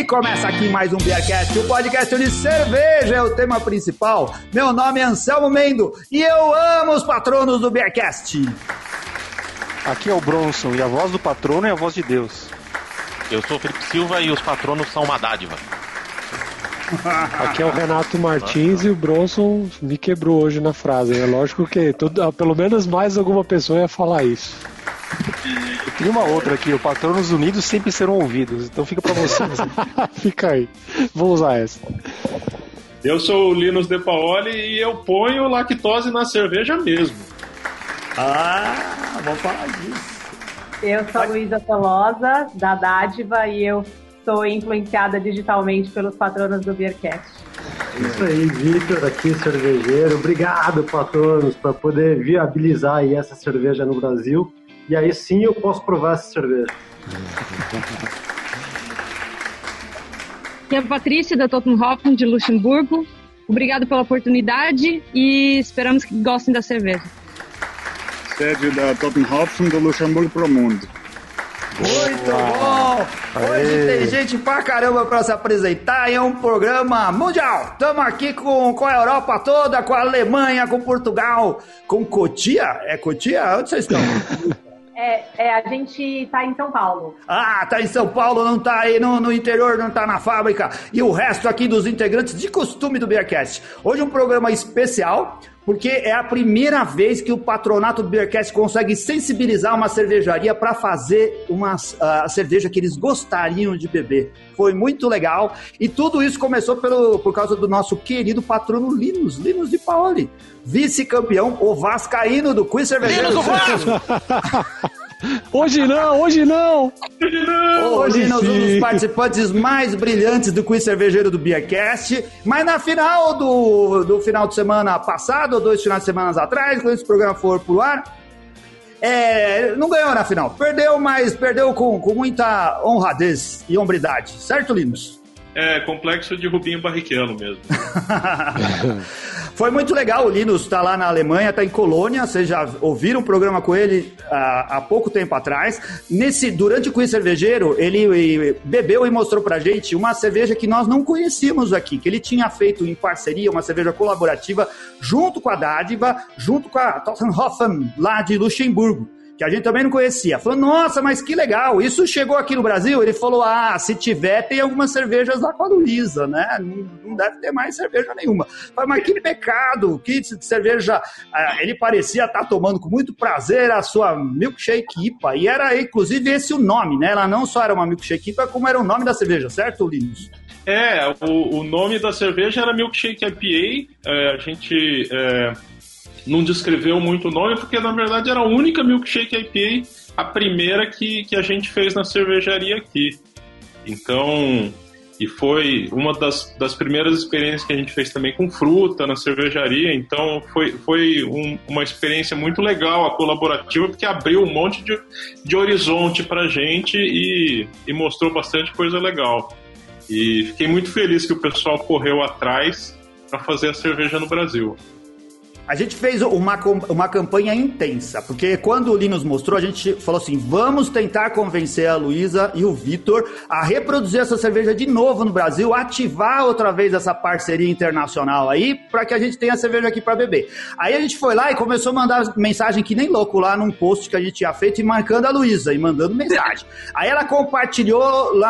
começa aqui mais um Beercast, o podcast de cerveja é o tema principal. Meu nome é Anselmo Mendo e eu amo os patronos do Beercast. Aqui é o Bronson e a voz do patrono é a voz de Deus. Eu sou o Felipe Silva e os patronos são uma dádiva. Aqui é o Renato Martins e o Bronson me quebrou hoje na frase. É lógico que pelo menos mais alguma pessoa ia falar isso. Eu tenho uma outra aqui, o Patronos Unidos sempre serão ouvidos, então fica pra vocês. Fica aí, vou usar essa. Eu sou o Linus De Paoli e eu ponho lactose na cerveja mesmo. Vamos falar disso. Eu sou a Luísa Tolosa, da Dádiva, e eu sou influenciada digitalmente pelos patronos do Beercast. Isso aí, Vitor, aqui, cervejeiro. Obrigado, patronos, para poder viabilizar aí essa cerveja no Brasil. E aí sim eu posso provar essa cerveja. Aqui é a Patrícia, da Tottenhofen, de Luxemburgo. Obrigado pela oportunidade e esperamos que gostem da cerveja. Sérgio, da Tottenhofen, do Luxemburgo pro mundo. Muito bom! Hoje tem gente pra caramba pra se apresentar e é um programa mundial. Estamos aqui com a Europa toda, com a Alemanha, com Portugal, com Cotia. É Cotia? Onde vocês estão? A gente tá em São Paulo. Tá em São Paulo, não tá aí no interior, não tá na fábrica. E o resto aqui dos integrantes de costume do Beercast. Hoje um programa especial, porque é a primeira vez que o patronato do Beercast consegue sensibilizar uma cervejaria para fazer uma cerveja que eles gostariam de beber. Foi muito legal. E tudo isso começou por causa do nosso querido patrono Linus De Paoli, vice-campeão, o vascaíno do Quiz Cervejeiro. Linus, o Vasco! Hoje não! Hoje nós somos os participantes mais brilhantes do Quiz Cervejeiro do Beercast, mas na final do final de semana passado, ou 2 finais de semana atrás, quando esse programa for pro ar, não ganhou na final. Perdeu, mas perdeu com muita honradez e hombridade. Certo, Linus? Complexo de Rubinho Barrichello mesmo. Foi muito legal, o Linus está lá na Alemanha, está em Colônia, vocês já ouviram um programa com ele há pouco tempo atrás. Durante o Quiz Cervejeiro, ele bebeu e mostrou pra gente uma cerveja que nós não conhecíamos aqui, que ele tinha feito em parceria, uma cerveja colaborativa, junto com a Dádiva, junto com a Tottenhofen, lá de Luxemburgo, que a gente também não conhecia. Falou, nossa, mas que legal, isso chegou aqui no Brasil? Ele falou, se tiver, tem algumas cervejas lá com a Luísa, né? Não deve ter mais cerveja nenhuma. Falei, mas que pecado, que cerveja... ele parecia estar tomando com muito prazer a sua Milkshake IPA, e era inclusive esse o nome, né? Ela não só era uma Milkshake IPA, como era o nome da cerveja, certo, Linus? O nome da cerveja era Milkshake IPA, a gente... não descreveu muito o nome, porque na verdade era a única Milkshake IPA, a primeira que a gente fez na cervejaria aqui. Então, e foi uma das primeiras experiências que a gente fez também com fruta na cervejaria, então foi uma experiência muito legal, a colaborativa, porque abriu um monte de horizonte pra gente e mostrou bastante coisa legal. E fiquei muito feliz que o pessoal correu atrás para fazer a cerveja no Brasil. A gente fez uma campanha intensa, porque quando o Linus mostrou, a gente falou assim, vamos tentar convencer a Luísa e o Vitor a reproduzir essa cerveja de novo no Brasil, ativar outra vez essa parceria internacional aí, para que a gente tenha a cerveja aqui para beber. Aí a gente foi lá e começou a mandar mensagem que nem louco lá num post que a gente tinha feito e marcando a Luísa e mandando mensagem. Aí ela compartilhou lá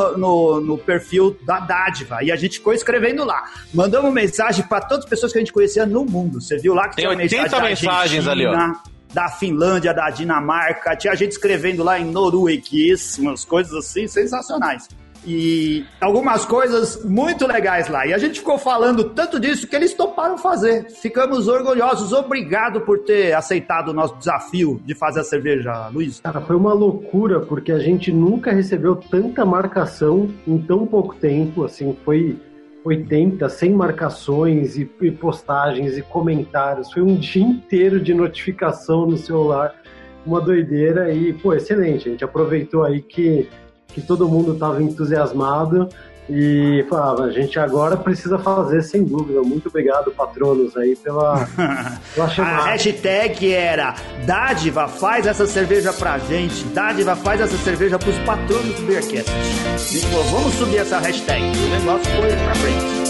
no perfil da Dádiva e a gente ficou escrevendo lá. Mandamos mensagem para todas as pessoas que a gente conhecia no mundo. Você viu lá que tem tinha 80 mensagens ali, ó. Da Finlândia, da Dinamarca, tinha gente escrevendo lá em norueguês, umas coisas assim sensacionais. E algumas coisas muito legais lá. E a gente ficou falando tanto disso que eles toparam fazer. Ficamos orgulhosos. Obrigado por ter aceitado o nosso desafio de fazer a cerveja, Luiz. Cara, foi uma loucura, porque a gente nunca recebeu tanta marcação em tão pouco tempo, assim, foi 80, 100 marcações e postagens e comentários. Foi um dia inteiro de notificação no celular, uma doideira e, excelente. A gente aproveitou aí que todo mundo estava entusiasmado E falava, a gente agora precisa fazer, sem dúvida. Muito obrigado, patronos, aí, pela chamada. A hashtag era Dádiva faz essa cerveja pra gente, Dádiva faz essa cerveja pros patronos do Beercast. A gente falou, vamos subir essa hashtag. O negócio foi pra frente.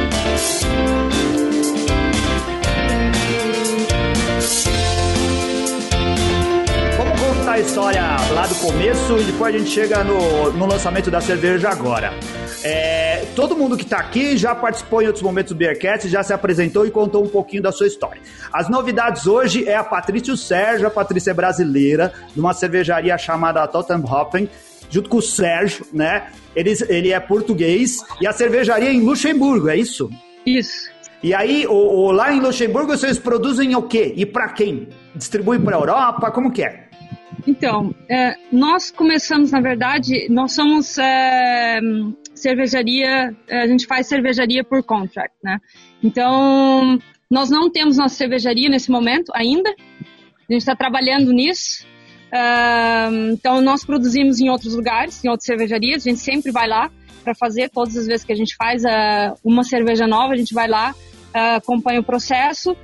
Vamos contar a história lá do começo e depois a gente chega no lançamento da cerveja agora. Todo mundo que está aqui já participou em outros momentos do Beercast, já se apresentou e contou um pouquinho da sua história. As novidades hoje é a Patrícia e o Sérgio. A Patrícia é brasileira, numa cervejaria chamada Tottenhofen, junto com o Sérgio, né? Ele é português e a cervejaria é em Luxemburgo, é isso? Isso. E aí, lá em Luxemburgo, vocês produzem o quê? E para quem? Distribuem para a Europa? Como que é? Então, nós começamos, na verdade, nós somos cervejaria, a gente faz cervejaria por contract, né? Então, nós não temos nossa cervejaria nesse momento ainda, a gente está trabalhando nisso. Então, nós produzimos em outros lugares, em outras cervejarias, a gente sempre vai lá para fazer, todas as vezes que a gente faz uma cerveja nova, a gente vai lá, acompanha o processo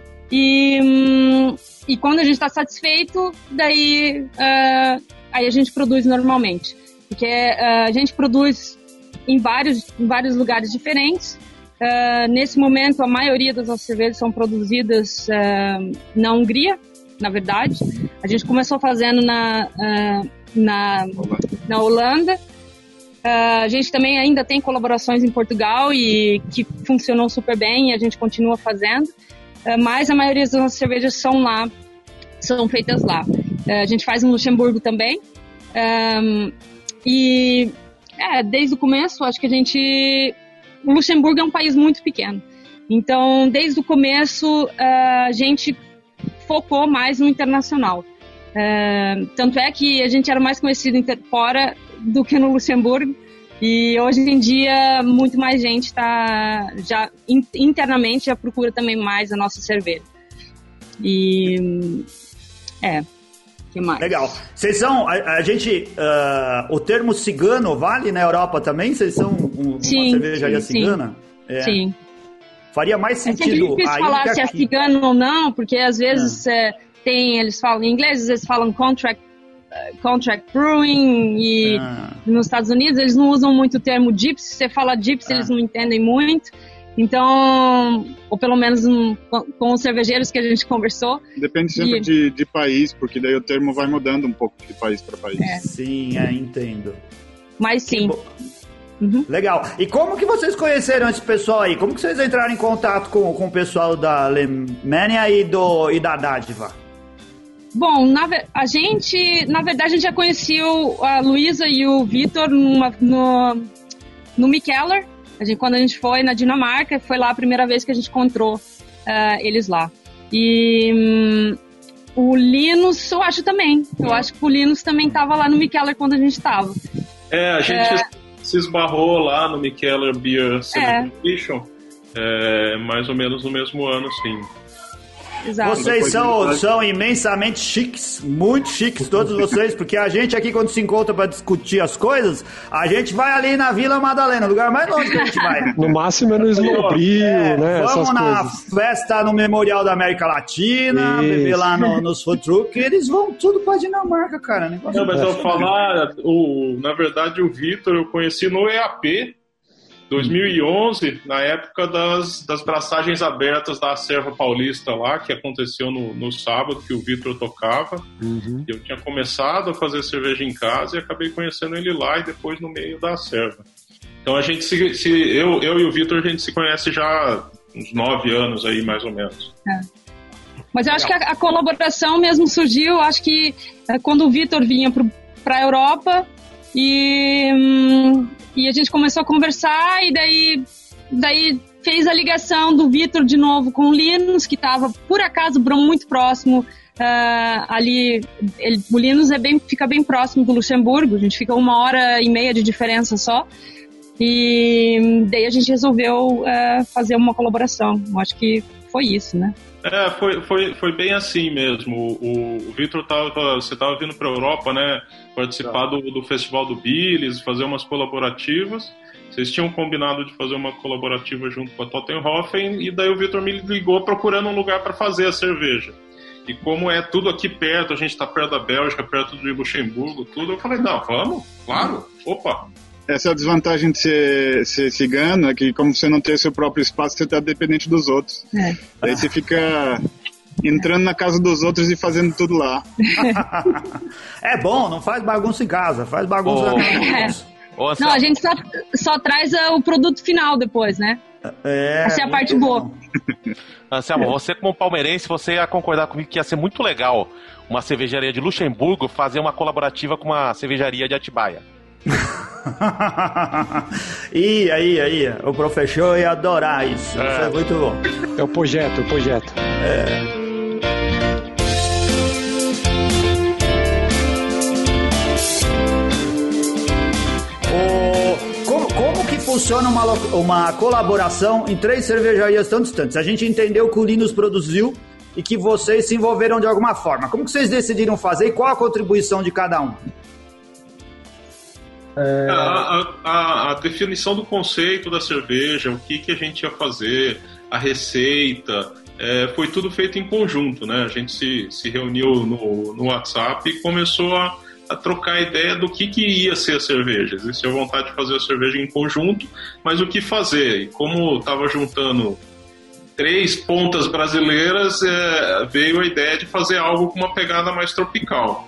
e quando a gente está satisfeito, daí aí a gente produz normalmente. Porque a gente produz em vários lugares diferentes. Nesse momento, a maioria das nossas cervejas são produzidas na Hungria, na verdade. A gente começou fazendo na Holanda. A gente também ainda tem colaborações em Portugal e que funcionou super bem e a gente continua fazendo. Mas a maioria das nossas cervejas são feitas lá. A gente faz em Luxemburgo também. Desde o começo, acho que o Luxemburgo é um país muito pequeno. Então, desde o começo, a gente focou mais no internacional. Tanto é que a gente era mais conhecido fora do que no Luxemburgo. E hoje em dia, muito mais gente internamente já procura também mais a nossa cerveja. Que mais? Legal. Vocês são, o termo cigano vale na Europa também? Vocês são uma cervejaria cigana? Sim. Faria mais sentido. É difícil falar se é cigano ou não, porque às vezes eles falam em inglês, às vezes falam contract brewing e nos Estados Unidos eles não usam muito o termo gypsy. Se você fala gypsy, eles não entendem muito. Então, ou pelo menos com os cervejeiros que a gente conversou. Depende sempre de país, porque daí o termo vai mudando um pouco de país para país. Sim, entendo. Mas sim. Uhum. Legal. E como que vocês conheceram esse pessoal aí? Como que vocês entraram em contato com o pessoal da Alemanha e da Dádiva? Bom, na verdade, a gente já conhecia a Luísa e o Vitor no Mikkeller. Quando a gente foi na Dinamarca, foi lá a primeira vez que a gente encontrou eles lá. E o Linus, eu acho também. Eu acho que o Linus também estava lá no Mikkeller quando a gente estava. A gente se esbarrou lá no Mikkeller Beer Celebration, mais ou menos no mesmo ano, sim. Exato. Vocês são imensamente chiques, muito chiques, todos vocês, porque a gente aqui, quando se encontra para discutir as coisas, a gente vai ali na Vila Madalena, lugar mais longe que a gente vai. No máximo é no Snowbrio, né? Vamos na festa no Memorial da América Latina, beber lá nos food truck, eles vão tudo pra Dinamarca, cara. Mas eu vou falar, na verdade, o Vitor eu conheci no EAP, 2011, na época das braçagens abertas da Serra Paulista lá, que aconteceu no sábado, que o Vitor tocava. Uhum. Eu tinha começado a fazer cerveja em casa e acabei conhecendo ele lá e depois no meio da serva. Então a gente eu e o Vitor, a gente se conhece já há uns 9 anos aí, mais ou menos. Mas eu acho que a colaboração mesmo surgiu, acho que quando o Vitor vinha para a Europa e a gente começou a conversar e daí fez a ligação do Vitor de novo com o Linus, que estava, por acaso, muito próximo ali. O Linus fica bem próximo do Luxemburgo, a gente fica 1h30 de diferença só. E daí a gente resolveu fazer uma colaboração. Eu acho que foi isso, né? Foi bem assim mesmo. O Vitor você estava vindo para a Europa, né? Participar do Festival do Billys, fazer umas colaborativas. Vocês tinham combinado de fazer uma colaborativa junto com a Tottenhofen, e daí o Vitor me ligou procurando um lugar para fazer a cerveja. E como é tudo aqui perto, a gente está perto da Bélgica, perto de Luxemburgo, tudo, eu falei, não, vamos, claro, opa. Essa é a desvantagem de ser cigano, é que como você não tem o seu próprio espaço, você está dependente dos outros. Daí você fica entrando na casa dos outros e fazendo tudo lá. É bom, não faz bagunça em casa, faz bagunça na casa dos outros. Não, a gente só traz o produto final depois, né? Essa é a parte boa. Anselmo, você como palmeirense, você ia concordar comigo que ia ser muito legal uma cervejaria de Luxemburgo fazer uma colaborativa com uma cervejaria de Atibaia. Aí, o professor ia adorar isso. Isso é muito bom. É o projeto. Como que funciona uma colaboração em 3 cervejarias tão distantes? A gente entendeu que o Linus produziu e que vocês se envolveram de alguma forma. Como que vocês decidiram fazer e qual a contribuição de cada um? A definição do conceito da cerveja, o que a gente ia fazer, a receita, foi tudo feito em conjunto, né? A gente se reuniu no WhatsApp e começou a trocar ideia do que ia ser a cerveja. Existia a vontade de fazer a cerveja em conjunto, mas o que fazer? E como estava juntando 3 pontas brasileiras, veio a ideia de fazer algo com uma pegada mais tropical.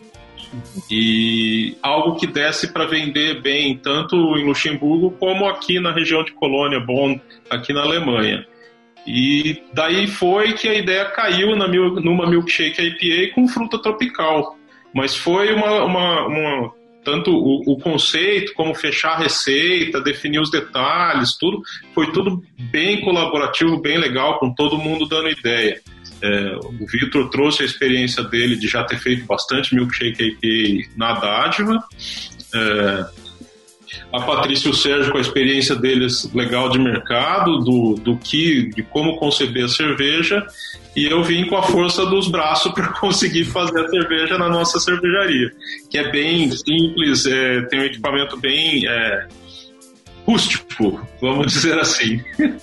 E algo que desse para vender bem, tanto em Luxemburgo como aqui na região de Colônia, Bonn, aqui na Alemanha. E daí foi que a ideia caiu numa milkshake IPA com fruta tropical. Mas foi tanto o conceito, como fechar a receita, definir os detalhes, tudo, foi tudo bem colaborativo, bem legal, com todo mundo dando ideia. O Vitor trouxe a experiência dele de já ter feito bastante milkshake IPA na dádiva. A Patrícia e o Sérgio com a experiência deles legal de mercado, de como conceber a cerveja, e eu vim com a força dos braços para conseguir fazer a cerveja na nossa cervejaria, que é bem simples, tem um equipamento bem rústico, vamos dizer assim.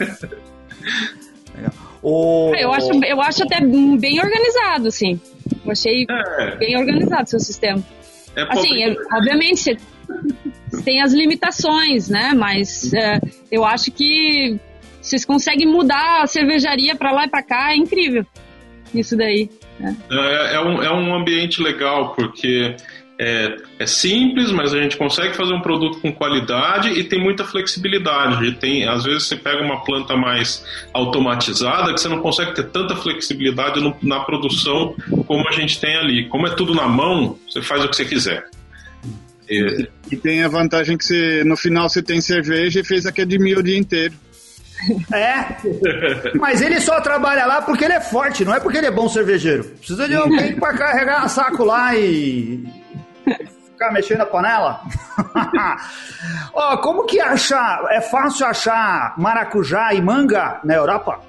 Eu acho até bem organizado, assim. Eu achei bem organizado o seu sistema. Assim, obviamente você tem as limitações, né? Mas eu acho que vocês conseguem mudar a cervejaria pra lá e pra cá, é incrível isso daí. É um ambiente legal, porque é simples, mas a gente consegue fazer um produto com qualidade e tem muita flexibilidade. Às vezes você pega uma planta mais automatizada que você não consegue ter tanta flexibilidade na produção como a gente tem ali. Como é tudo na mão, você faz o que você quiser. E tem a vantagem que no final você tem cerveja e fez a Academia o dia inteiro. Mas ele só trabalha lá porque ele é forte, não é porque ele é bom cervejeiro. Precisa de alguém pra carregar saco lá e ficar mexendo a panela. Como que é fácil achar maracujá e manga na Europa?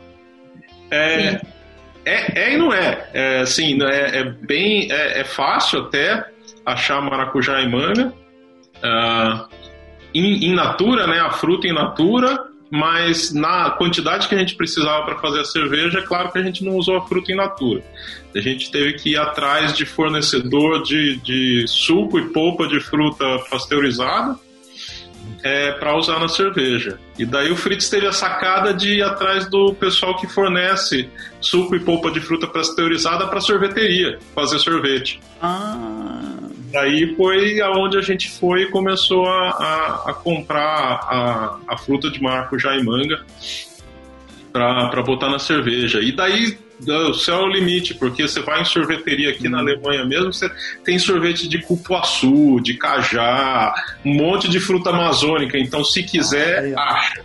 E não é. Assim, é fácil até achar maracujá e manga in natura, né? A fruta in natura. Mas na quantidade que a gente precisava para fazer a cerveja, é claro que a gente não usou a fruta in natura. A gente teve que ir atrás de fornecedor de suco e polpa de fruta pasteurizada para usar na cerveja. E daí o Fritz teve a sacada de ir atrás do pessoal que fornece suco e polpa de fruta pasteurizada para sorveteria, fazer sorvete. Daí foi aonde a gente foi e começou a comprar a fruta de maracujá e manga para botar na cerveja. E daí o céu é o limite, porque você vai em sorveteria aqui na Alemanha mesmo, você tem sorvete de cupuaçu, de cajá, um monte de fruta amazônica. Então, se quiser, acha.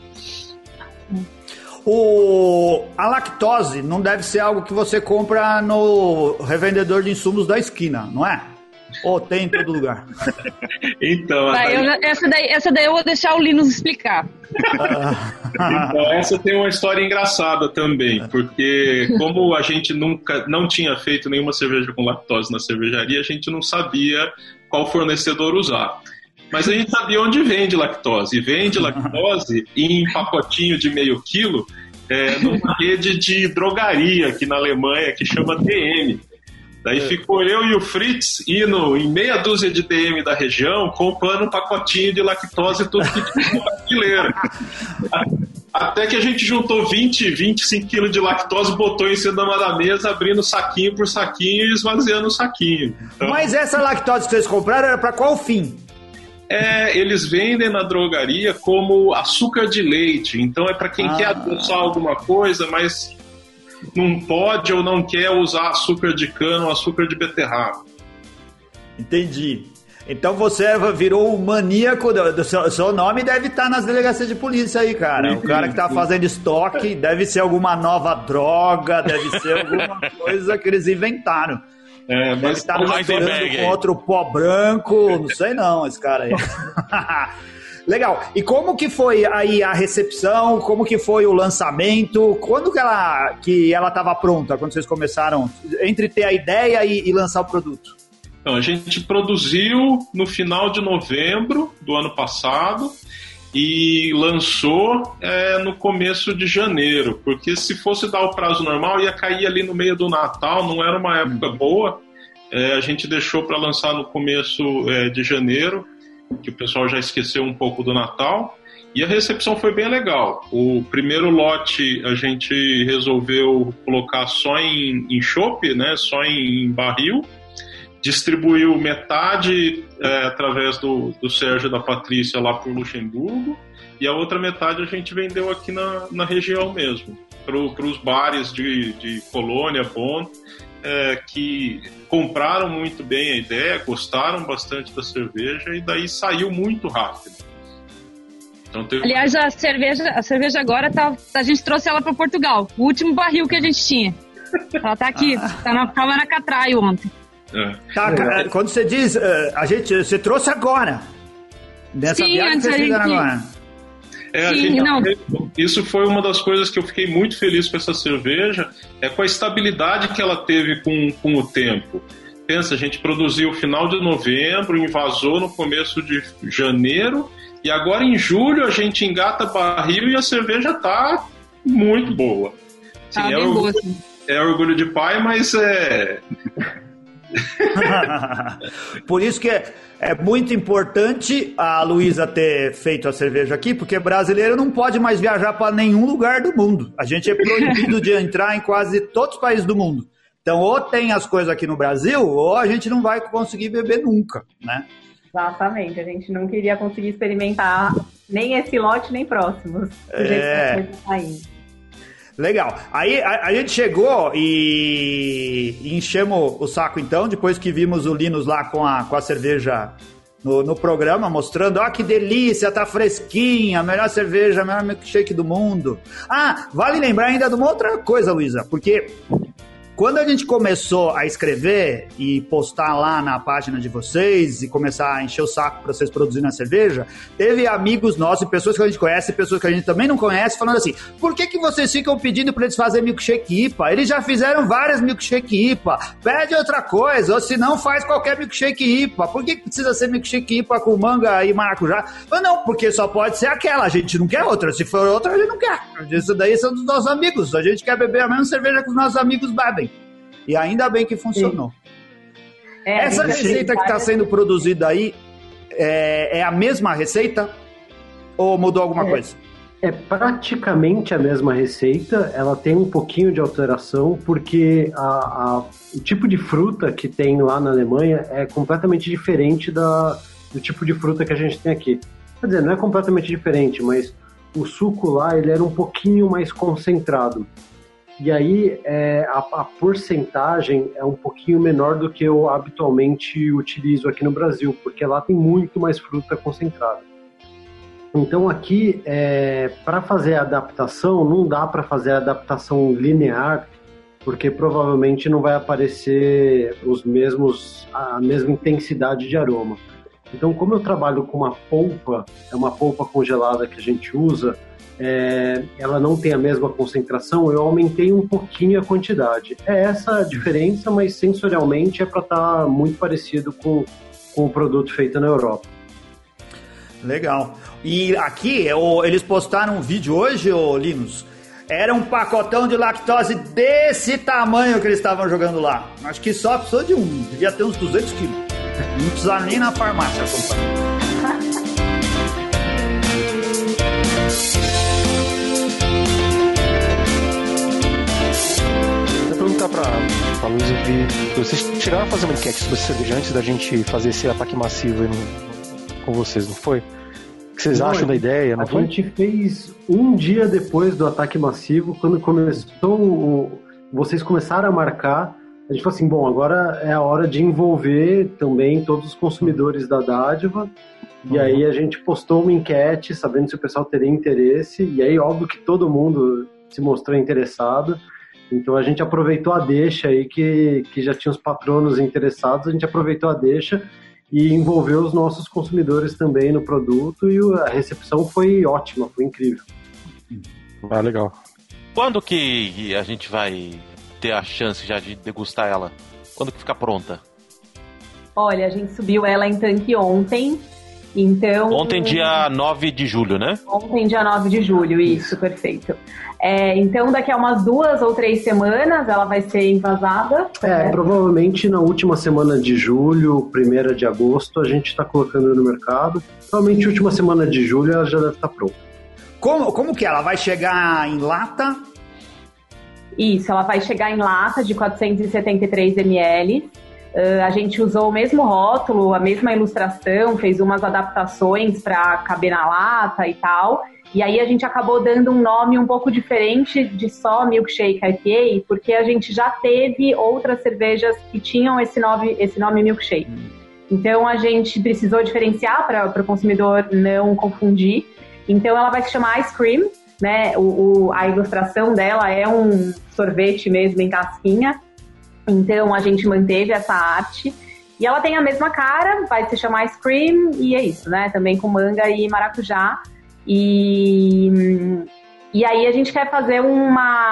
A lactose não deve ser algo que você compra no revendedor de insumos da esquina, não é? Ou tem em todo lugar? Então, essa daí eu vou deixar o Linus explicar. Então, essa tem uma história engraçada também, porque como a gente não tinha feito nenhuma cerveja com lactose na cervejaria, a gente não sabia qual fornecedor usar. Mas a gente sabia onde vende lactose. E vende lactose em pacotinho de meio quilo numa rede de drogaria aqui na Alemanha que chama DM. Daí ficou eu e o Fritz indo em meia dúzia de DM da região comprando um pacotinho de lactose tudo que tinha na prateleira. Até que a gente juntou 25 quilos de lactose, botou em cima da mesa, abrindo saquinho por saquinho e esvaziando o saquinho. Então, mas essa lactose que vocês compraram era para qual fim? Eles vendem na drogaria como açúcar de leite. Então é para quem quer adoçar alguma coisa, mas não pode ou não quer usar açúcar de cana ou açúcar de beterraba. Entendi. Então você virou o maníaco do seu nome deve estar nas delegacias de polícia aí, cara. O cara que tá fazendo estoque deve ser alguma nova droga, deve ser alguma coisa que eles inventaram. Deve estar misturando com outro pó branco, não sei não, esse cara aí. Legal. E como que foi aí a recepção? Como que foi o lançamento? Quando que ela estava pronta, quando vocês começaram, entre ter a ideia e lançar o produto? Então, a gente produziu no final de novembro do ano passado e lançou no começo de janeiro, porque se fosse dar o prazo normal ia cair ali no meio do Natal, não era uma época boa. A gente deixou para lançar no começo de janeiro, que o pessoal já esqueceu um pouco do Natal, e a recepção foi bem legal. O primeiro lote a gente resolveu colocar só em chopp, né, só em barril, distribuiu metade através do Sérgio e da Patrícia lá para o Luxemburgo, e a outra metade a gente vendeu aqui na região mesmo, para os bares de Colônia, Bonn, que compraram muito bem a ideia, gostaram bastante da cerveja e daí saiu muito rápido. Então, aliás, a cerveja agora a gente trouxe ela para Portugal, o último barril que a gente tinha. Ela tá aqui, tava na Catraio ontem. Quando você diz, você trouxe agora. Nessa viagem que vocês fizeram agora. Isso foi uma das coisas que eu fiquei muito feliz com essa cerveja, com a estabilidade que ela teve com o tempo. Pensa, a gente produziu no final de novembro, invasou no começo de janeiro, e agora em julho a gente engata barril e a cerveja tá muito boa. Sim, é orgulho de pai, mas Por isso que é muito importante a Luísa ter feito a cerveja aqui, porque brasileiro não pode mais viajar para nenhum lugar do mundo. A gente é proibido de entrar em quase todos os países do mundo. Então, ou tem as coisas aqui no Brasil, ou a gente não vai conseguir beber nunca, né? Exatamente, a gente não queria conseguir experimentar nem esse lote, nem próximos. Legal. Aí a gente chegou e enchemos o saco então, depois que vimos o Linus lá com a cerveja no programa, mostrando, que delícia, tá fresquinha, a melhor cerveja, a melhor milkshake do mundo. Vale lembrar ainda de uma outra coisa, Luísa, porque quando a gente começou a escrever e postar lá na página de vocês e começar a encher o saco para vocês produzirem a cerveja, teve amigos nossos, pessoas que a gente conhece, pessoas que a gente também não conhece, falando assim, por que vocês ficam pedindo para eles fazerem milkshake IPA? Eles já fizeram várias milkshake IPA, pede outra coisa, ou se não faz qualquer milkshake IPA. Por que precisa ser milkshake IPA com manga e maracujá? Não, porque só pode ser aquela, a gente não quer outra, se for outra a gente não quer. Isso daí são dos nossos amigos, a gente quer beber a mesma cerveja que os nossos amigos bebem. E ainda bem que funcionou. Essa receita que está sendo produzida aí é a mesma receita? Ou mudou alguma coisa? É praticamente a mesma receita. Ela tem um pouquinho de alteração, porque o tipo de fruta que tem lá na Alemanha é completamente diferente do tipo de fruta que a gente tem aqui. Quer dizer, não é completamente diferente, mas o suco lá ele era um pouquinho mais concentrado. E aí a porcentagem é um pouquinho menor do que eu habitualmente utilizo aqui no Brasil, porque lá tem muito mais fruta concentrada. Então aqui, para fazer a adaptação, não dá para fazer a adaptação linear, porque provavelmente não vai aparecer a mesma intensidade de aroma. Então, como eu trabalho com uma polpa, é uma polpa congelada que a gente usa, ela não tem a mesma concentração, eu aumentei um pouquinho a quantidade. É essa a diferença, mas sensorialmente é para estar muito parecido com o produto feito na Europa. Legal. E aqui, eles postaram um vídeo hoje, Linus. Era um pacotão de lactose desse tamanho que eles estavam jogando lá. Acho que só precisou de um. Devia ter uns 200 quilos. Não precisava nem na farmácia comprar. Pra Luiz ouvir. Vocês chegaram a fazer uma enquete sobre cerveja antes da gente fazer esse ataque massivo aí com vocês, não foi? O que vocês acham da ideia, não foi? A gente fez um dia depois do ataque massivo, quando começou vocês começaram a marcar, a gente falou assim, bom, agora é a hora de envolver também todos os consumidores da Dádiva, e aí a gente postou uma enquete, sabendo se o pessoal teria interesse, e aí óbvio que todo mundo se mostrou interessado. Então a gente aproveitou a deixa aí que já tinha os patronos interessados, a gente aproveitou a deixa e envolveu os nossos consumidores também no produto e a recepção foi ótima, foi incrível. Ah, legal. Quando que a gente vai ter a chance já de degustar ela? Quando que fica pronta? Olha, a gente subiu ela em tanque ontem, então... Ontem, dia 9 de julho, né? Ontem, dia 9 de julho, isso, perfeito. Então, daqui a umas 2 ou 3 semanas, ela vai ser envasada. Provavelmente na última semana de julho, 1ª de agosto, a gente está colocando no mercado. Provavelmente última semana de julho ela já deve estar pronta. Como que ela vai chegar em lata? Isso, ela vai chegar em lata de 473 ml. A gente usou o mesmo rótulo, a mesma ilustração, fez umas adaptações para caber na lata e tal. E aí a gente acabou dando um nome um pouco diferente de só Milkshake IPA, porque a gente já teve outras cervejas que tinham esse nome Milkshake. Então a gente precisou diferenciar para o consumidor não confundir. Então ela vai se chamar Ice Cream, né? A ilustração dela é um sorvete mesmo em casquinha. Então a gente manteve essa arte. E ela tem a mesma cara, vai se chamar Ice Cream, e é isso, né? Também com manga e maracujá. E aí a gente quer fazer um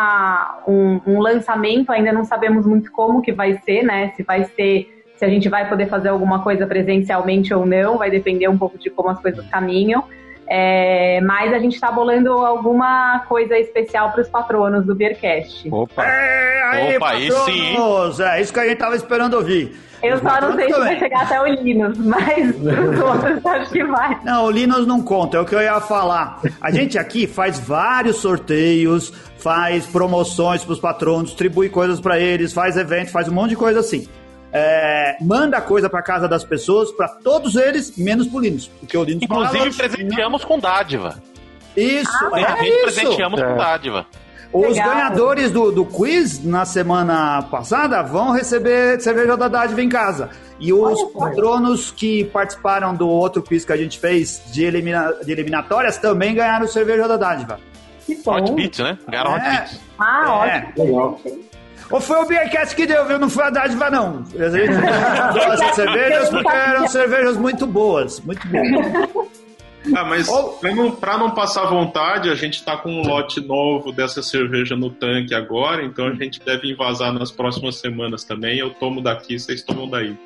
lançamento, ainda não sabemos muito como que vai ser, né? Se a gente vai poder fazer alguma coisa presencialmente ou não, vai depender um pouco de como as coisas caminham. Mas a gente está bolando alguma coisa especial para os patronos do Beercast. Opa, aí sim. É isso que a gente tava esperando ouvir. Eu só não sei se vai chegar até o Linus, mas os outros acho que vai. Não, o Linus não conta, é o que eu ia falar. A gente aqui faz vários sorteios, faz promoções pros patronos, distribui coisas pra eles, faz eventos, faz um monte de coisa assim. Manda coisa pra casa das pessoas, pra todos eles, menos pro Linus. Porque o Linus inclusive presenteamos com dádiva. Isso, presenteamos com dádiva. Os ganhadores do quiz na semana passada vão receber cerveja da dádiva em casa. E os patronos que participaram do outro quiz que a gente fez de eliminatórias também ganharam cerveja da dádiva. Que bom. Hot Beats, né? Ganharam Hot Beats. Ótimo. Ou foi o Beercast que deu, viu? Não foi a dádiva, não. A gente gosta de cervejas porque eram cervejas muito boas. Muito boas. Mas pra não passar vontade, a gente tá com um lote novo dessa cerveja no tanque agora, então a gente deve envasar nas próximas semanas também. Eu tomo daqui, vocês tomam daí.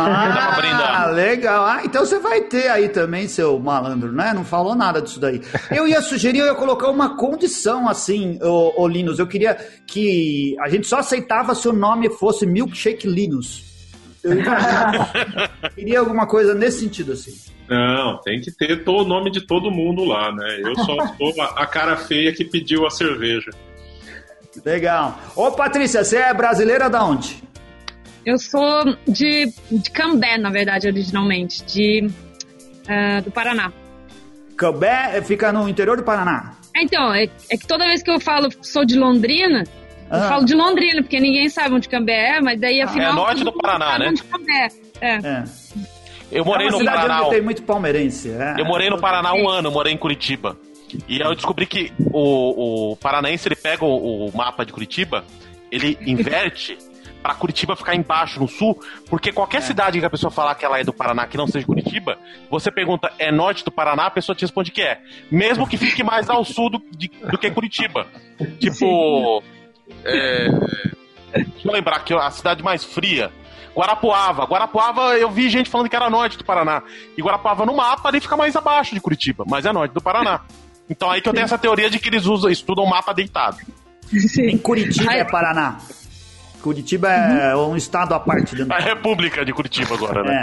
Legal. Então você vai ter aí também, seu malandro, né? Não falou nada disso daí. Eu ia colocar uma condição assim, ô Linus. Eu queria que a gente só aceitava se o nome fosse Milkshake Linus. Eu queria alguma coisa nesse sentido assim. Não, tem que ter o nome de todo mundo lá, né? Eu só sou a cara feia que pediu a cerveja. Legal. Ô, Patrícia, você é brasileira da onde? Eu sou de Cambé, na verdade, originalmente, do Paraná. Cambé fica no interior do Paraná? Então, é que toda vez que eu falo que sou de Londrina, eu falo de Londrina, porque ninguém sabe onde Cambé é, mas daí afinal... É norte do Paraná, né? Onde Cambé Eu morei no Paraná. Tem muito palmeirense. Eu morei no Paraná 1 ano, morei em Curitiba. E aí eu descobri que o paranaense, ele pega o mapa de Curitiba, ele inverte pra Curitiba ficar embaixo, no sul, porque qualquer cidade que a pessoa falar que ela é do Paraná, que não seja Curitiba, você pergunta, é norte do Paraná? A pessoa te responde que é. Mesmo que fique mais ao sul do que Curitiba. Tipo... deixa eu lembrar que a cidade mais fria Guarapuava, eu vi gente falando que era norte do Paraná. E Guarapuava no mapa ali fica mais abaixo de Curitiba, mas é norte do Paraná. Então aí que eu tenho essa teoria de que eles estudam o mapa deitado. Em Curitiba é Paraná. Curitiba é um estado à parte. A República de Curitiba agora, né?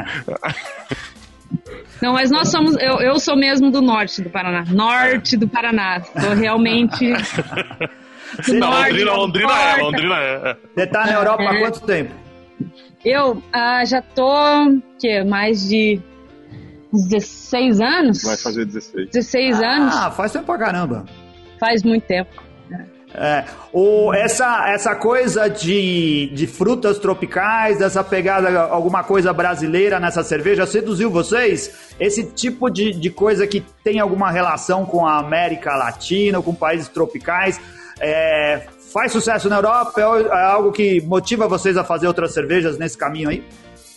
Não, mas nós somos... Eu sou mesmo do norte do Paraná. Norte do Paraná. Sou realmente... Londrina é. Você tá na Europa há quanto tempo? Eu já tô... mais de... uns 16 anos? Vai fazer 16. 16 anos. Faz tempo pra caramba. Faz muito tempo. Essa coisa de frutas tropicais, essa pegada, alguma coisa brasileira nessa cerveja, seduziu vocês? Esse tipo de coisa que tem alguma relação com a América Latina, com países tropicais, faz sucesso na Europa? É algo que motiva vocês a fazer outras cervejas nesse caminho aí?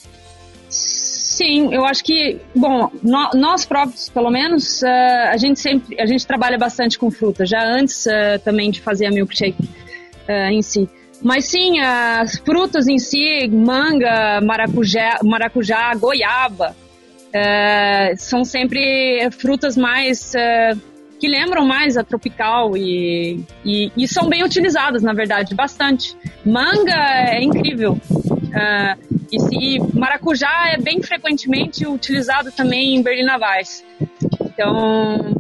Sim, eu acho que, bom, nós próprios, pelo menos, a gente trabalha bastante com fruta, já antes também de fazer a milkshake em si. Mas sim, as frutas em si, manga, maracujá, goiaba, são sempre frutas mais, que lembram mais a tropical e são bem utilizadas, na verdade, bastante. Manga é incrível. E maracujá é bem frequentemente utilizado também em Berliner Weiss. Então,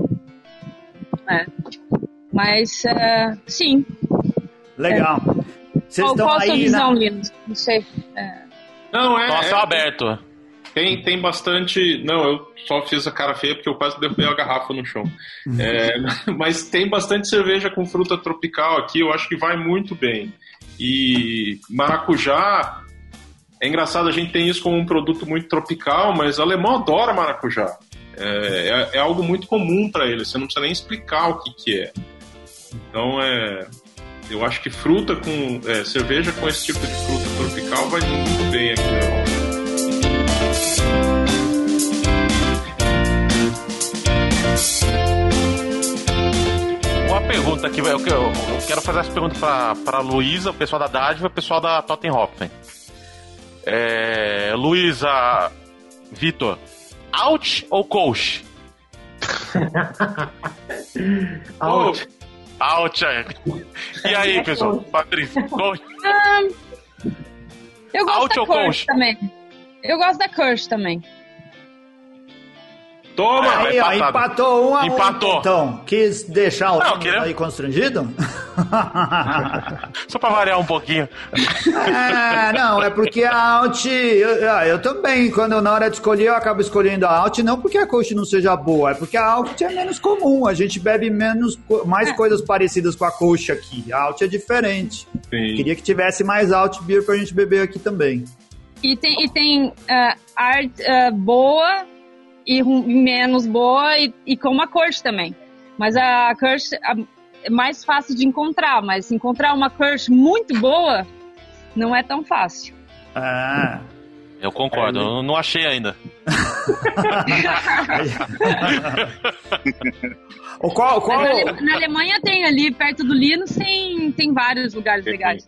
mas sim. Legal. Qual a sua visão, Linus? Não sei. Não, Nossa, aberto. Tem bastante... Não, eu só fiz a cara feia porque eu quase derrubei a garrafa no chão. Mas tem bastante cerveja com fruta tropical aqui, eu acho que vai muito bem. E maracujá... É engraçado, a gente tem isso como um produto muito tropical, mas o alemão adora maracujá. É algo muito comum para eles, você não precisa nem explicar o que é. Então, eu acho que fruta com cerveja com esse tipo de fruta tropical vai muito bem aqui na Europa. Uma pergunta aqui, eu quero fazer essa pergunta para a Luísa, o pessoal da Dádiva e o pessoal da Tottenhofen. Luísa, Vitor, out ou coach? Out. Out, E aí, pessoal? Patrícia, coach? Eu gosto out da Kirsch também. Eu gosto da Kirsch também. Toma! Aí, ó, empatou 1 a 1. Empatou. Então, quis deixar o aí constrangido? Só pra variar um pouquinho. Não, é porque a Alt... Eu também, quando na hora de escolher, eu acabo escolhendo a Alt, não porque a Coach não seja boa, é porque a Alt é menos comum, a gente bebe mais coisas parecidas com a Coach aqui. A Alt é diferente. Sim. Queria que tivesse mais Alt Beer pra gente beber aqui também. E tem art boa e menos boa e com uma Kirsch também. Mas a Kirsch é mais fácil de encontrar, mas encontrar uma Kirsch muito boa não é tão fácil. Eu concordo, eu não achei ainda. Na Alemanha tem ali, perto do Linus, tem vários lugares legais.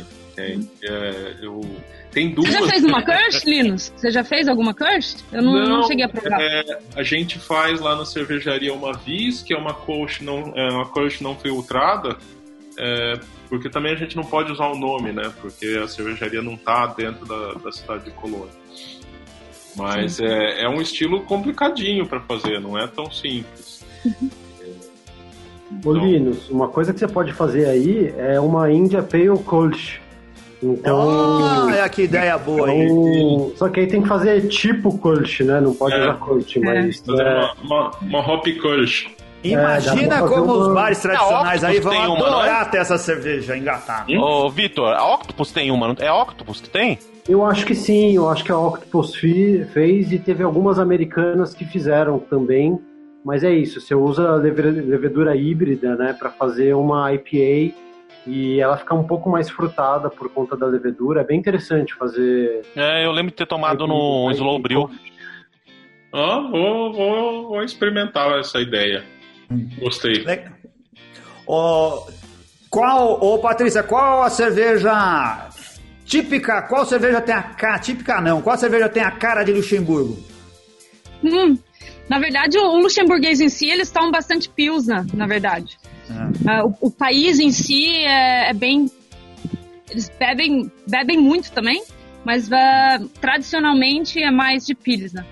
Tem duas. Você já fez uma Kirsch, Linus? Você já fez alguma Kirsch? Eu não cheguei a provar. A gente faz lá na cervejaria uma Viz, que é uma Kirsch não filtrada, porque também a gente não pode usar o nome, né? Porque a cervejaria não está dentro da cidade de Colônia. Mas é um estilo complicadinho para fazer, não é tão simples. Ô Linus, uma coisa que você pode fazer aí é uma India Pale Kolsch. Então, olha que ideia boa aí. Só que aí tem que fazer tipo Kolsch, né? Não pode usar Kolsch, mas... Uma Hop Kolsch. Imagina como os bares tradicionais aí vão adorar ter essa cerveja engatada. Ô, Vitor, a Octopus tem uma, não é a Octopus que tem? Eu acho que sim, eu acho que a Octopus fez e teve algumas americanas que fizeram também. Mas é isso, você usa levedura híbrida, né, para fazer uma IPA e ela fica um pouco mais frutada por conta da levedura. É bem interessante fazer... eu lembro de ter tomado no Slow Brew. Vou experimentar essa ideia. Gostei. Patrícia, qual a cerveja Típica, qual cerveja tem a cara? Típica não, qual cerveja tem a cara de Luxemburgo? Na verdade, o luxemburguês em si, eles tomam bastante pilsner, na verdade. O país em si é bem... Eles bebem muito também, mas tradicionalmente é mais de pilsner.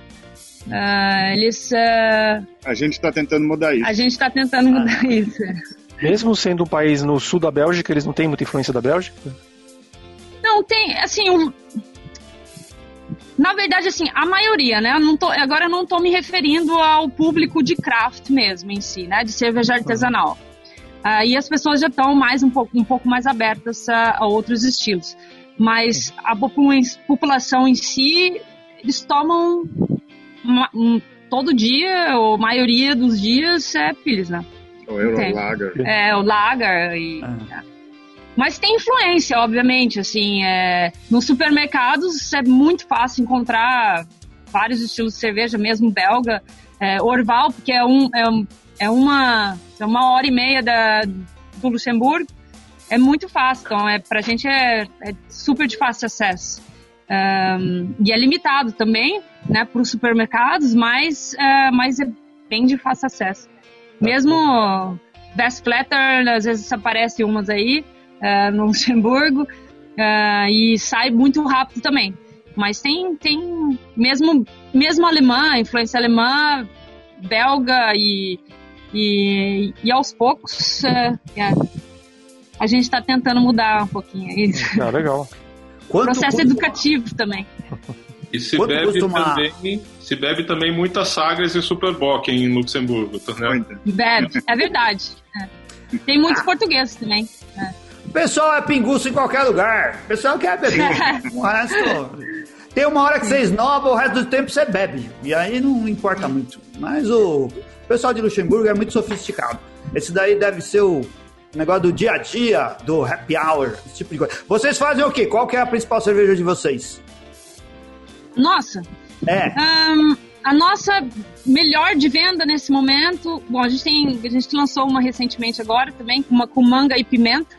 A gente está tentando mudar isso. A gente está tentando mudar isso. Mesmo sendo um país no sul da Bélgica, eles não têm muita influência da Bélgica? Não, tem, assim, na verdade, assim, a maioria, né? Agora eu não estou me referindo ao público de craft mesmo em si, né? De cerveja artesanal. E as pessoas já estão um pouco mais abertas a outros estilos. Mas a população em si, eles tomam todo dia, ou a maioria dos dias, é pilsner. O Eurolager. O Lager. Mas tem influência, obviamente, assim, nos supermercados é muito fácil encontrar vários estilos de cerveja, mesmo belga, Orval, porque é uma hora e meia do Luxemburgo, é muito fácil, então pra gente é super de fácil acesso. E é limitado também, né, para os supermercados, mas é bem de fácil acesso. Mesmo Westflatter, às vezes aparece umas aí, no Luxemburgo, e sai muito rápido também. Mas tem mesmo alemã, influência alemã, belga e aos poucos a gente está tentando mudar um pouquinho isso. Legal. Processo educativo também. E se bebe também muitas Sagres e Superbock em Luxemburgo, né? Bebe, é verdade. Tem muitos portugueses também. O pessoal é pinguço em qualquer lugar. O pessoal quer beber. O resto... Tem uma hora que você esnoba, o resto do tempo você bebe. E aí não importa muito. Mas o pessoal de Luxemburgo é muito sofisticado. Esse daí deve ser o negócio do dia a dia, do happy hour, esse tipo de coisa. Vocês fazem o quê? Qual que é a principal cerveja de vocês? Nossa. A nossa melhor de venda nesse momento... Bom, a gente lançou uma recentemente agora também, com manga e pimenta.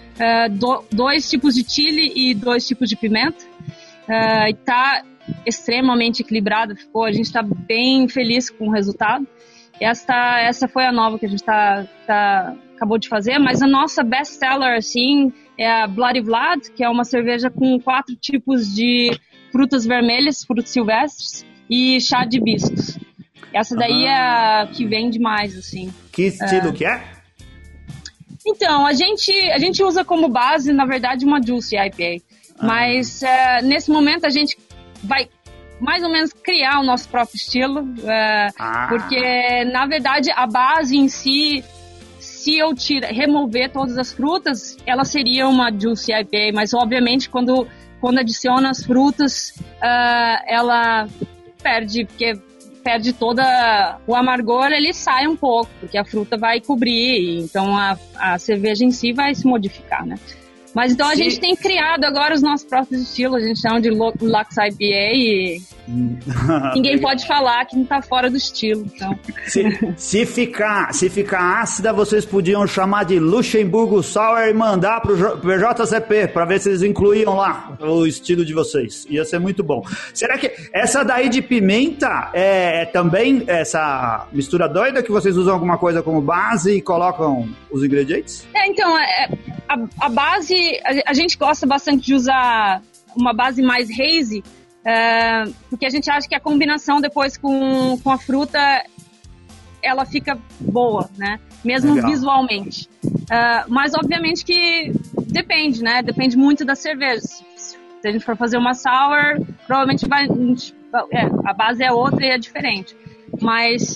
2 tipos de chili e 2 tipos de pimenta. E tá extremamente equilibrado, ficou. A gente está bem feliz com o resultado. Essa foi a nova que a gente acabou de fazer, mas a nossa best seller, assim, é a Bloody Vlad, que é uma cerveja com 4 tipos de frutas vermelhas, frutas silvestres e chá de hibiscos. Essa daí é a que vende mais, assim. Que estilo que é? Então, a gente usa como base, na verdade, uma Juicy IPA. Mas nesse momento a gente vai mais ou menos criar o nosso próprio estilo, porque na verdade a base em si, se eu remover todas as frutas, ela seria uma Juicy IPA, mas obviamente quando adiciona as frutas, ela perde todo o amargor, ele sai um pouco, porque a fruta vai cobrir, então a cerveja em si vai se modificar, né? Mas então a gente tem criado agora os nossos próprios estilos, a gente chama de Lux IPA e ninguém pode falar que não tá fora do estilo. Então. Se ficar ácida, vocês podiam chamar de Luxemburgo Sour e mandar pro JCP para ver se eles incluíam lá o estilo de vocês. Ia ser muito bom. Será que essa daí de pimenta é também essa mistura doida que vocês usam alguma coisa como base e colocam os ingredientes? Então, a base, a gente gosta bastante de usar uma base mais hazy, porque a gente acha que a combinação depois com a fruta, ela fica boa, né? Mesmo legal. Visualmente. Mas obviamente que depende, né? Depende muito das cervejas. Se a gente for fazer uma sour, provavelmente a base é outra e é diferente. Mas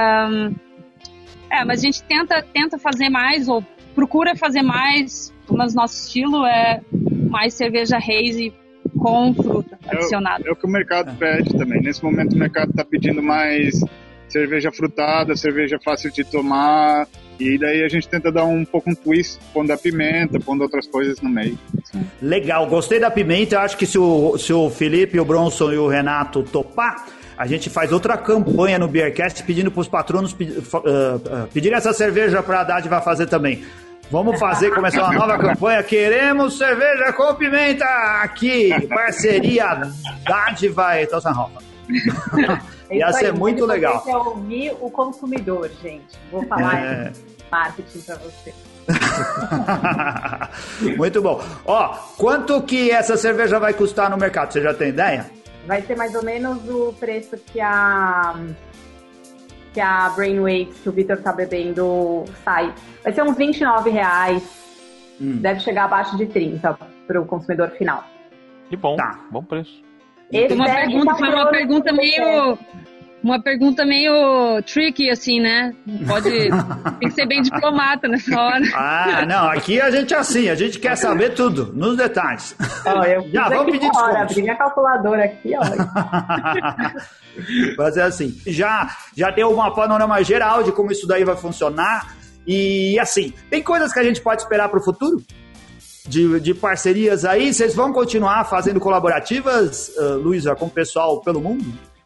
a gente tenta fazer mais, ou procura fazer mais, mas nosso estilo é mais cerveja hazy com fruta adicionada. É o que o mercado pede também. Nesse momento o mercado está pedindo mais cerveja frutada, cerveja fácil de tomar, e daí a gente tenta dar um twist, pondo a pimenta, pondo outras coisas no meio. Legal, gostei da pimenta. Eu acho que se o Felipe, o Bronson e o Renato topar, a gente faz outra campanha no Beercast pedindo para os patronos pedirem essa cerveja para a Haddad vai fazer também. Vamos começar uma nova campanha. Queremos cerveja com pimenta aqui. Parceria Dádiva e Tossenhofen. Ia ser muito legal. Você ouvir o consumidor, gente. Vou falar marketing pra você. Muito bom. Ó, quanto que essa cerveja vai custar no mercado? Você já tem ideia? Vai ser mais ou menos o preço que a Brainwaves, que o Vitor tá bebendo, sai. Vai ser uns R$29. Deve chegar abaixo de 30 para o consumidor final. Que bom, bom preço. Uma pergunta meio tricky, assim, né? Tem que ser bem diplomata nessa hora. Não, aqui a gente é assim, a gente quer saber tudo, nos detalhes. Já vamos pedir desconto. Abri minha calculadora aqui, ó. Fazer assim, já deu uma panorama geral de como isso daí vai funcionar. E assim, tem coisas que a gente pode esperar para o futuro? De parcerias aí? Vocês vão continuar fazendo colaborativas, Luísa, com o pessoal pelo mundo?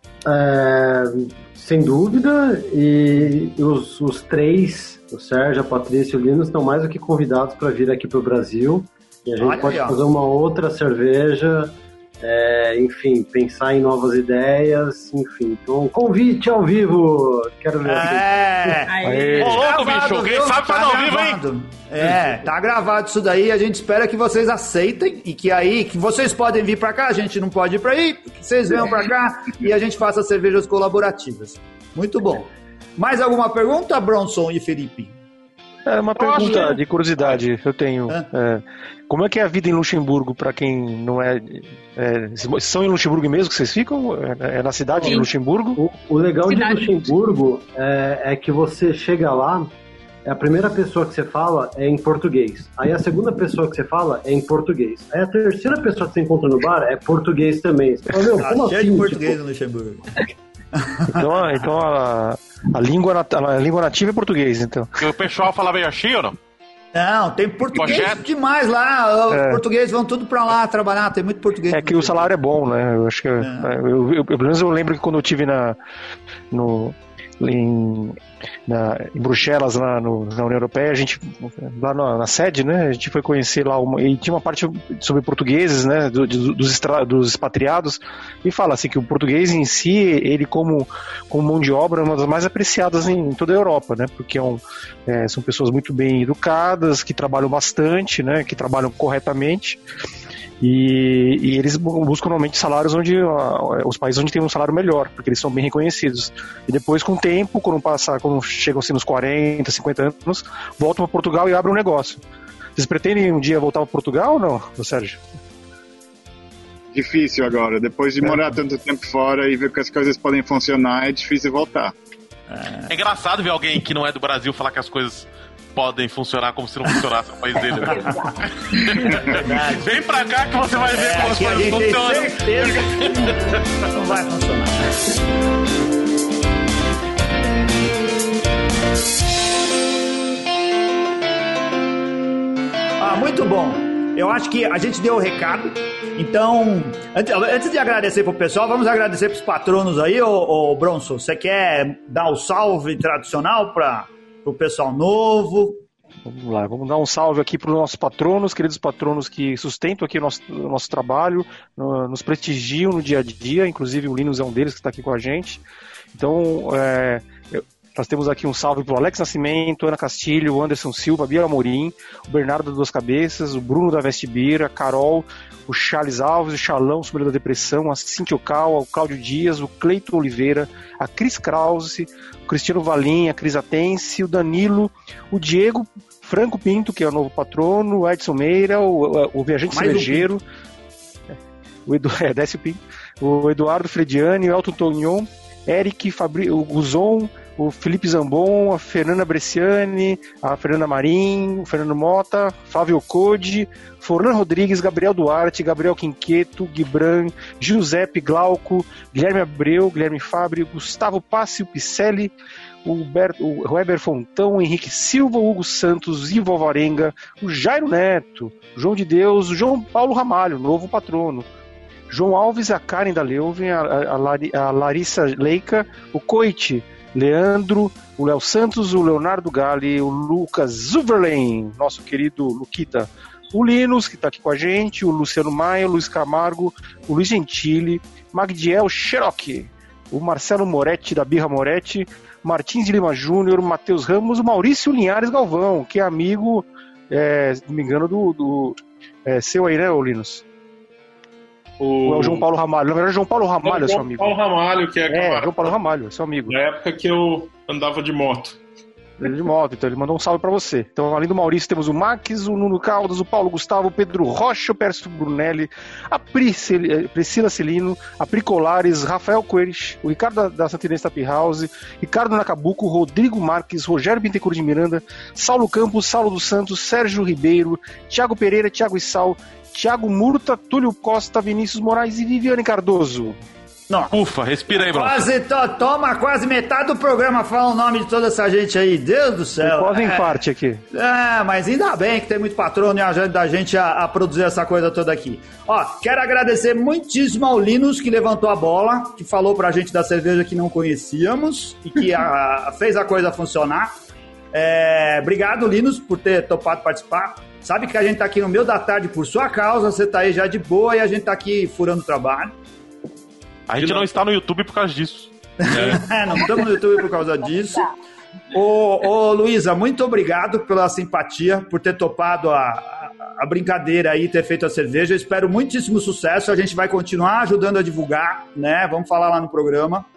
Sem dúvida, e os três, o Sérgio, a Patrícia e o Linus, estão mais do que convidados para vir aqui para o Brasil, e a gente pode fazer uma outra cerveja, enfim, pensar em novas ideias, enfim, então convite ao vivo, quero ver. Ô louco, bicho, quem sabe faz ao vivo, hein? Tá gravado isso daí, a gente espera que vocês aceitem e que vocês podem vir pra cá, a gente não pode ir pra aí, que vocês venham pra cá e a gente faça cervejas colaborativas. Muito bom. Mais alguma pergunta, Bronson e Felipe? Uma pergunta de curiosidade eu tenho. Como é que é a vida em Luxemburgo para quem não é... São em Luxemburgo mesmo que vocês ficam? É na cidade de Luxemburgo? O legal de Luxemburgo é que você chega lá, a primeira pessoa que você fala é em português. Aí a segunda pessoa que você fala é em português. Aí a terceira pessoa que você encontra no bar é português também. Você fala, como cheio assim? De português no Luxemburgo. Então a língua nativa é português, então. E o pessoal fala meio assim ou não? Não, tem português demais lá. Os portugueses vão tudo pra lá trabalhar, tem muito português. É que o salário é bom, né? Eu acho que pelo menos eu lembro que quando eu estive em Bruxelas, lá na União Europeia, a gente, lá na sede, né, a gente foi conhecer lá e tinha uma parte sobre portugueses, né, dos expatriados, e fala assim que o português em si, ele como mão de obra, é uma das mais apreciadas em toda a Europa, né, porque são pessoas muito bem educadas, que trabalham bastante, né, que trabalham corretamente. E eles buscam normalmente salários os países onde tem um salário melhor, porque eles são bem reconhecidos. E depois, com o tempo, quando chegam assim nos 40, 50 anos, voltam para Portugal e abrem um negócio. Vocês pretendem um dia voltar para Portugal ou não, Sérgio? Difícil agora. Depois de morar tanto tempo fora e ver que as coisas podem funcionar, é difícil voltar. É engraçado ver alguém que não é do Brasil falar que as coisas podem funcionar como se não funcionasse no país dele. Né? Vem pra cá que você vai ver como as coisas funcionam. Certeza que não vai funcionar. Muito bom. Eu acho que a gente deu o recado. Então, antes de agradecer pro pessoal, vamos agradecer pros patronos aí, ô Bronson. Você quer dar o salve tradicional pro pessoal novo? Vamos lá, vamos dar um salve aqui para os nossos patronos, queridos patronos que sustentam aqui o nosso trabalho, nos prestigiam no dia a dia, inclusive o Linus é um deles que está aqui com a gente. Então, nós temos aqui um salve para o Alex Nascimento, Ana Castilho, o Anderson Silva, Bia Amorim, o Bernardo das Duas Cabeças, o Bruno da Vestibira, a Carol, o Charles Alves, o Charlão, sobre da Depressão, a Cintia Ocal, o Cláudio Dias, o Cleiton Oliveira, a Cris Krause, o Cristiano Valim, a Cris Atense, o Danilo, o Diego Franco Pinto, que é o novo patrono, o Edson Meira, o Viajante Cervejeiro, Décio Pinto, o Eduardo Frediani, o Elton Tognon, Eric, o Guzon, o Felipe Zambon, a Fernanda Bresciani, a Fernanda Marim, o Fernando Mota, Flávio Code, Forlan Rodrigues, Gabriel Duarte, Gabriel Quinqueto, Gibran, Giuseppe Glauco, Guilherme Abreu, Guilherme Fabri, Gustavo Pássio Picelli, o Weber Fontão, o Henrique Silva, o Hugo Santos, Ivo Alvarenga, o Jairo Neto, o João de Deus, o João Paulo Ramalho, novo patrono, João Alves, a Karen da Leuven, a Larissa Leica, o Coite, Leandro, o Léo Santos, o Leonardo Galli, o Lucas Zuverlen, nosso querido Luquita, o Linus, que está aqui com a gente, o Luciano Maia, o Luiz Camargo, o Luiz Gentili, Magdiel Cherokee, o Marcelo Moretti, da Birra Moretti, Martins de Lima Júnior, o Matheus Ramos, o Maurício Linhares Galvão, que é amigo, se não me engano, do seu aí, né, o Linus? Ou é o João Paulo Ramalho? Na verdade, João Paulo Ramalho é seu amigo. João Paulo Ramalho, que é João Paulo Ramalho, é seu amigo. Na época que eu andava de moto. De moto, então ele mandou um salve pra você. Então, além do Maurício, temos o Max, o Nuno Caldas, o Paulo Gustavo, o Pedro Rocha, o Pércio Brunelli, a Priscila Celino, a Pricolares, Rafael Coelho, o Ricardo da Santinense Tapi House, Ricardo Nacabuco, Rodrigo Marques, Rogério Bittencourt de Miranda, Saulo Campos, Saulo dos Santos, Sérgio Ribeiro, Thiago Pereira, Thiago Issal, Thiago Murta, Túlio Costa, Vinícius Moraes e Viviane Cardoso. Não. Ufa, respira aí, Bruno. Toma quase metade do programa, fala o nome de toda essa gente aí, Deus do céu. Quase em parte aqui. Mas ainda bem que tem muito patrono e ajuda a gente a produzir essa coisa toda aqui. Ó, quero agradecer muitíssimo ao Linus, que levantou a bola, que falou pra gente da cerveja que não conhecíamos e que fez a coisa funcionar. Obrigado, Linus, por ter topado participar. Sabe que a gente tá aqui no meio da tarde por sua causa, você tá aí já de boa e a gente tá aqui furando o trabalho. A gente não está no YouTube por causa disso. Não estamos no YouTube por causa disso. Ô Luísa, muito obrigado pela simpatia, por ter topado a brincadeira aí, ter feito a cerveja. Eu espero muitíssimo sucesso. A gente vai continuar ajudando a divulgar, né? Vamos falar lá no programa.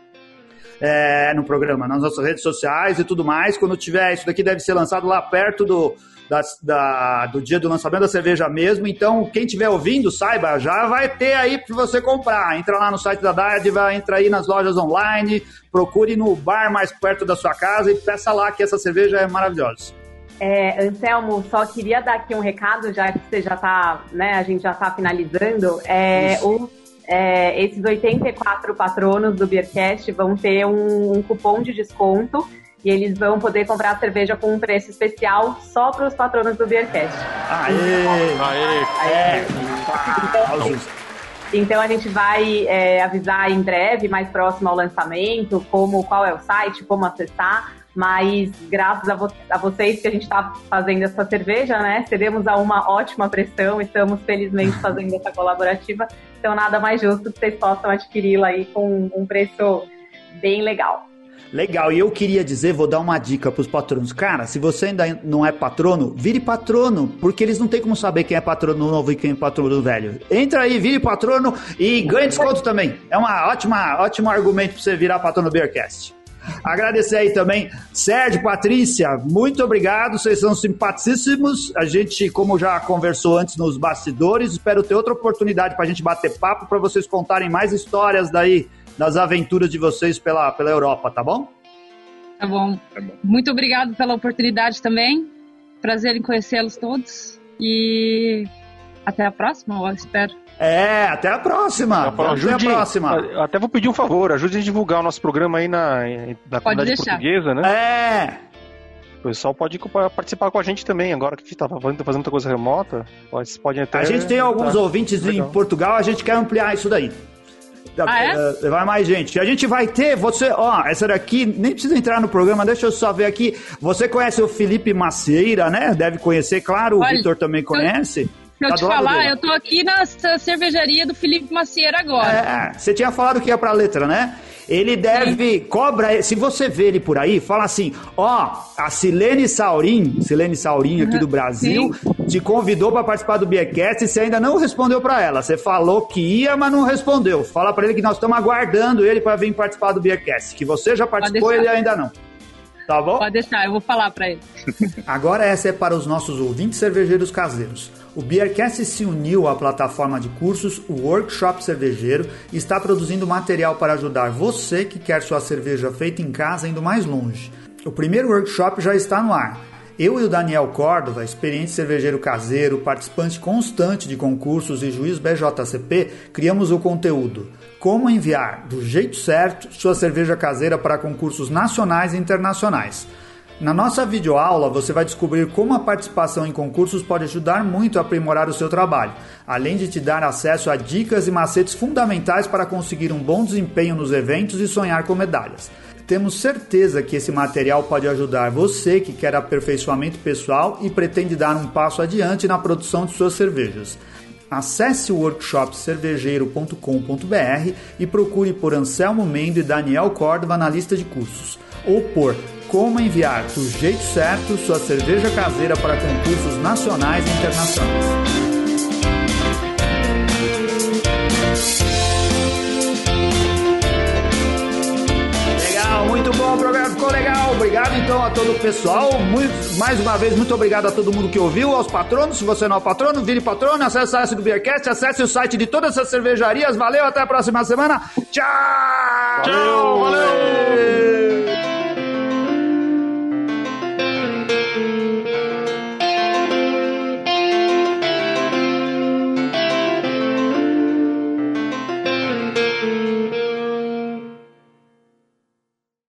Nas nossas redes sociais e tudo mais. Quando tiver, isso daqui deve ser lançado lá perto do dia do lançamento da cerveja mesmo. Então, quem estiver ouvindo, saiba, já vai ter aí para você comprar. Entra lá no site da Dádiva, entra aí nas lojas online, procure no bar mais perto da sua casa e peça lá que essa cerveja é maravilhosa. Anselmo, só queria dar aqui um recado, já que você já tá, né, a gente já está finalizando. Esses 84 patronos do Beercast vão ter um cupom de desconto e eles vão poder comprar a cerveja com um preço especial só para os patronos do Beercast. Então a gente vai avisar em breve, mais próximo ao lançamento, qual é o site, como acessar. Mas graças a vocês que a gente está fazendo essa cerveja, né? Cedemos a uma ótima pressão, estamos felizmente fazendo essa colaborativa. Então nada mais justo que vocês possam adquiri-la aí com um preço bem legal. Legal, e eu queria dizer, vou dar uma dica pros patronos. Cara, se você ainda não é patrono, vire patrono, porque eles não tem como saber quem é patrono novo e quem é patrono velho. Entra aí, vire patrono e ganhe desconto também. É uma ótimo argumento pra você virar patrono do Beercast. Agradecer aí também, Sérgio, Patrícia, muito obrigado, vocês são simpaticíssimos. A gente, como já conversou antes nos bastidores, espero ter outra oportunidade pra gente bater papo, pra vocês contarem mais histórias daí, das aventuras de vocês pela Europa, tá bom? Tá bom. Muito obrigado pela oportunidade também. Prazer em conhecê-los todos. E até a próxima, eu espero. Até a próxima. Até a próxima. Até vou pedir um favor, ajude a divulgar o nosso programa aí na comunidade portuguesa, né? O pessoal pode participar com a gente também, agora que a gente tá fazendo muita coisa remota. Pode até... A gente tem alguns ouvintes em Portugal, a gente quer ampliar isso daí. Vai mais gente. A gente vai ter, essa daqui nem precisa entrar no programa, deixa eu só ver aqui. Você conhece o Felipe Macieira, né? Deve conhecer, claro, o Vitor também conhece. Eu te falar, eu tô aqui na cervejaria do Felipe Macieira agora. Você tinha falado que ia pra letra, né? Ele deve, se você vê ele por aí, fala assim, a Silene Saurin aqui do Brasil, te convidou para participar do Beercast e você ainda não respondeu para ela. Você falou que ia, mas não respondeu. Fala para ele que nós estamos aguardando ele para vir participar do Beercast, que você já participou e ele ainda não. Tá bom? Pode deixar, eu vou falar para ele. Agora essa é para os nossos ouvintes cervejeiros caseiros. O Beercast se uniu à plataforma de cursos, o Workshop Cervejeiro, e está produzindo material para ajudar você que quer sua cerveja feita em casa indo mais longe. O primeiro workshop já está no ar. Eu e o Daniel Córdova, experiente cervejeiro caseiro, participante constante de concursos e juiz BJCP, criamos o conteúdo Como enviar, do jeito certo, sua cerveja caseira para concursos nacionais e internacionais. Na nossa videoaula, você vai descobrir como a participação em concursos pode ajudar muito a aprimorar o seu trabalho, além de te dar acesso a dicas e macetes fundamentais para conseguir um bom desempenho nos eventos e sonhar com medalhas. Temos certeza que esse material pode ajudar você que quer aperfeiçoamento pessoal e pretende dar um passo adiante na produção de suas cervejas. Acesse o workshopcervejeiro.com.br e procure por Anselmo Mendo e Daniel Córdova na lista de cursos, ou por Como enviar do jeito certo sua cerveja caseira para concursos nacionais e internacionais. Muito bom, o programa ficou legal. Obrigado então a todo o pessoal. Mais uma vez, muito obrigado a todo mundo que ouviu, aos patronos. Se você não é patrono, vire patrono, acesse o site do Beercast, acesse o site de todas essas cervejarias. Valeu, até a próxima semana. Tchau! Tchau, valeu!